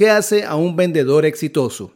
¿Qué hace a un vendedor exitoso?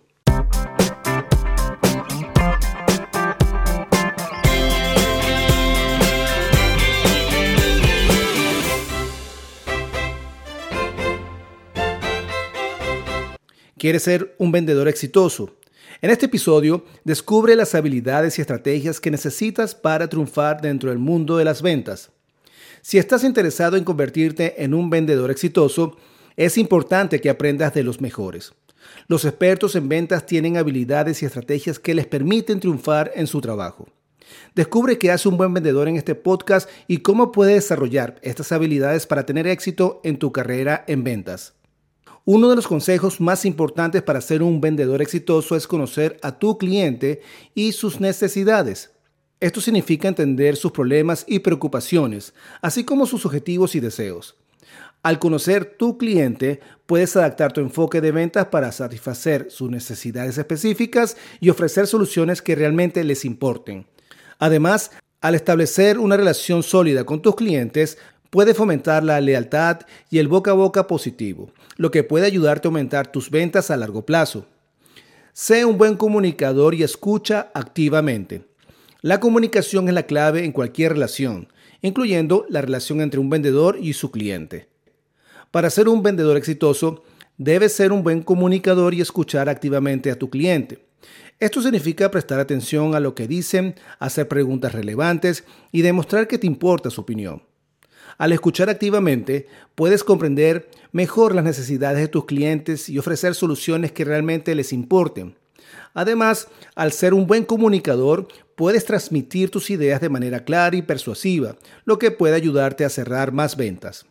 ¿Quieres ser un vendedor exitoso? En este episodio, descubre las habilidades y estrategias que necesitas para triunfar dentro del mundo de las ventas. Si estás interesado en convertirte en un vendedor exitoso, es importante que aprendas de los mejores. Los expertos en ventas tienen habilidades y estrategias que les permiten triunfar en su trabajo. Descubre qué hace un buen vendedor en este podcast y cómo puedes desarrollar estas habilidades para tener éxito en tu carrera en ventas. Uno de los consejos más importantes para ser un vendedor exitoso es conocer a tu cliente y sus necesidades. Esto significa entender sus problemas y preocupaciones, así como sus objetivos y deseos. Al conocer tu cliente, puedes adaptar tu enfoque de ventas para satisfacer sus necesidades específicas y ofrecer soluciones que realmente les importen. Además, al establecer una relación sólida con tus clientes, puede fomentar la lealtad y el boca a boca positivo, lo que puede ayudarte a aumentar tus ventas a largo plazo. Sé un buen comunicador y escucha activamente. La comunicación es la clave en cualquier relación, incluyendo la relación entre un vendedor y su cliente. Para ser un vendedor exitoso, debes ser un buen comunicador y escuchar activamente a tu cliente. Esto significa prestar atención a lo que dicen, hacer preguntas relevantes y demostrar que te importa su opinión. Al escuchar activamente, puedes comprender mejor las necesidades de tus clientes y ofrecer soluciones que realmente les importen. Además, al ser un buen comunicador, puedes transmitir tus ideas de manera clara y persuasiva, lo que puede ayudarte a cerrar más ventas.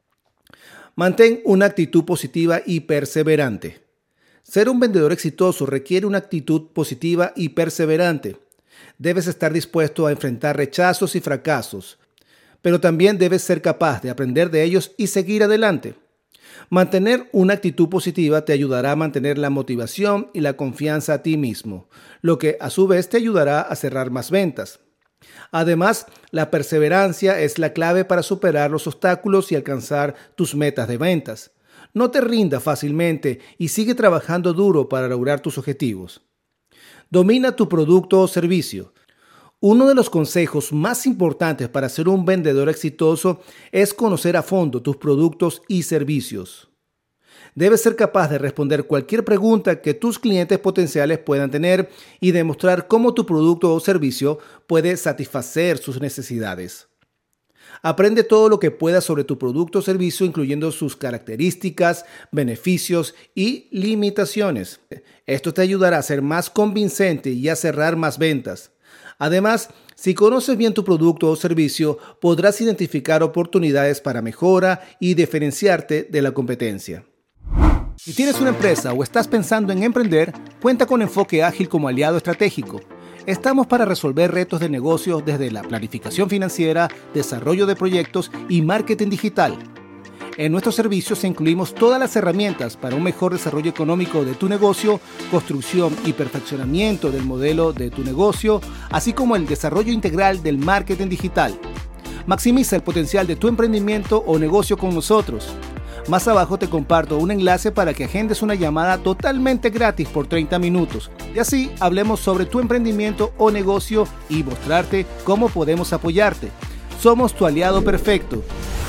Mantén una actitud positiva y perseverante. Ser un vendedor exitoso requiere una actitud positiva y perseverante. Debes estar dispuesto a enfrentar rechazos y fracasos, pero también debes ser capaz de aprender de ellos y seguir adelante. Mantener una actitud positiva te ayudará a mantener la motivación y la confianza a ti mismo, lo que a su vez te ayudará a cerrar más ventas. Además, la perseverancia es la clave para superar los obstáculos y alcanzar tus metas de ventas. No te rindas fácilmente y sigue trabajando duro para lograr tus objetivos. Domina tu producto o servicio. Uno de los consejos más importantes para ser un vendedor exitoso es conocer a fondo tus productos y servicios. Debes ser capaz de responder cualquier pregunta que tus clientes potenciales puedan tener y demostrar cómo tu producto o servicio puede satisfacer sus necesidades. Aprende todo lo que puedas sobre tu producto o servicio, incluyendo sus características, beneficios y limitaciones. Esto te ayudará a ser más convincente y a cerrar más ventas. Además, si conoces bien tu producto o servicio, podrás identificar oportunidades para mejora y diferenciarte de la competencia. Si tienes una empresa o estás pensando en emprender, cuenta con Enfoque Ágil como aliado estratégico. Estamos para resolver retos de negocios desde la planificación financiera, desarrollo de proyectos y marketing digital. En nuestros servicios incluimos todas las herramientas para un mejor desarrollo económico de tu negocio, construcción y perfeccionamiento del modelo de tu negocio, así como el desarrollo integral del marketing digital. Maximiza el potencial de tu emprendimiento o negocio con nosotros. Más abajo te comparto un enlace para que agendes una llamada totalmente gratis por 30 minutos. Y así hablemos sobre tu emprendimiento o negocio y mostrarte cómo podemos apoyarte. Somos tu aliado perfecto.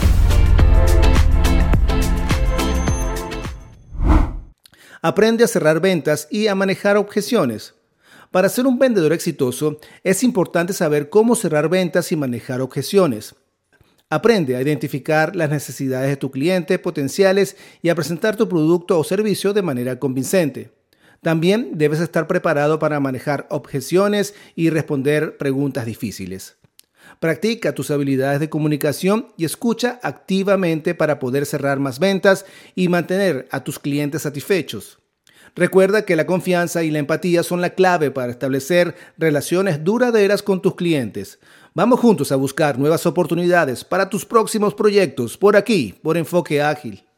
Aprende a cerrar ventas y a manejar objeciones. Para ser un vendedor exitoso, es importante saber cómo cerrar ventas y manejar objeciones. Aprende a identificar las necesidades de tu cliente potenciales y a presentar tu producto o servicio de manera convincente. También debes estar preparado para manejar objeciones y responder preguntas difíciles. Practica tus habilidades de comunicación y escucha activamente para poder cerrar más ventas y mantener a tus clientes satisfechos. Recuerda que la confianza y la empatía son la clave para establecer relaciones duraderas con tus clientes. Vamos juntos a buscar nuevas oportunidades para tus próximos proyectos por aquí, por Enfoque Ágil.